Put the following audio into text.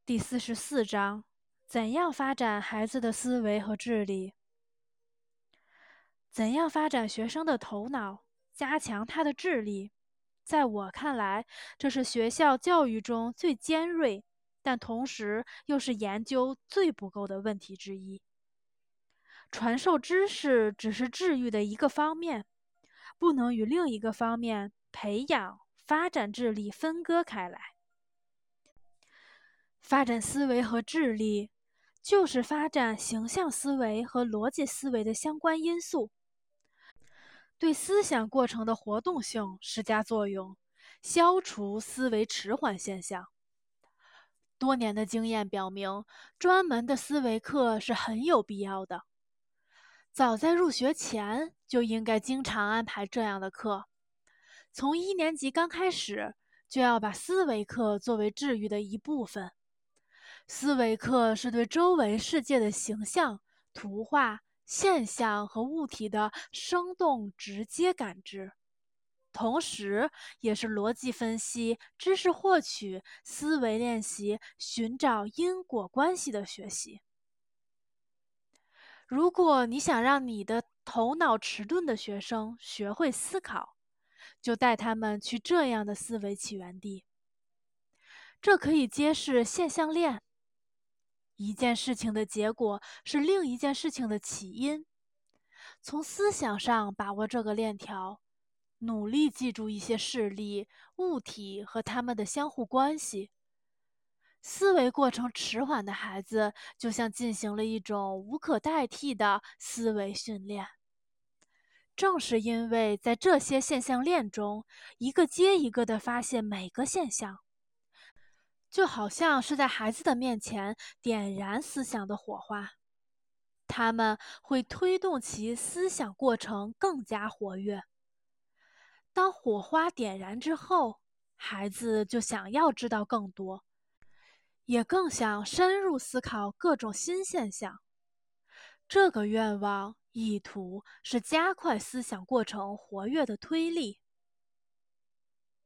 第44章：怎样发展孩子的思维和智力？怎样发展学生的头脑，加强他的智力？在我看来，这是学校教育中最尖锐，但同时又是研究最不够的问题之一。传授知识只是治愈的一个方面，不能与另一个方面培养、发展智力分割开来。发展思维和智力，就是发展形象思维和逻辑思维的相关因素，对思想过程的活动性施加作用，消除思维迟缓现象。多年的经验表明，专门的思维课是很有必要的。早在入学前就应该经常安排这样的课，从1年级刚开始就要把思维课作为治愈的一部分。思维课是对周围世界的形象、图画、现象和物体的生动直接感知，同时也是逻辑分析、知识获取、思维练习、寻找因果关系的学习。如果你想让你的头脑迟钝的学生学会思考，就带他们去这样的思维起源地。这可以揭示现象链。一件事情的结果是另一件事情的起因。从思想上把握这个链条，努力记住一些事例、物体和它们的相互关系。思维过程迟缓的孩子就像进行了一种无可代替的思维训练。正是因为在这些现象链中，一个接一个地发现每个现象，就好像是在孩子的面前点燃思想的火花，他们会推动其思想过程更加活跃。当火花点燃之后，孩子就想要知道更多，也更想深入思考各种新现象。这个愿望意图是加快思想过程活跃的推力。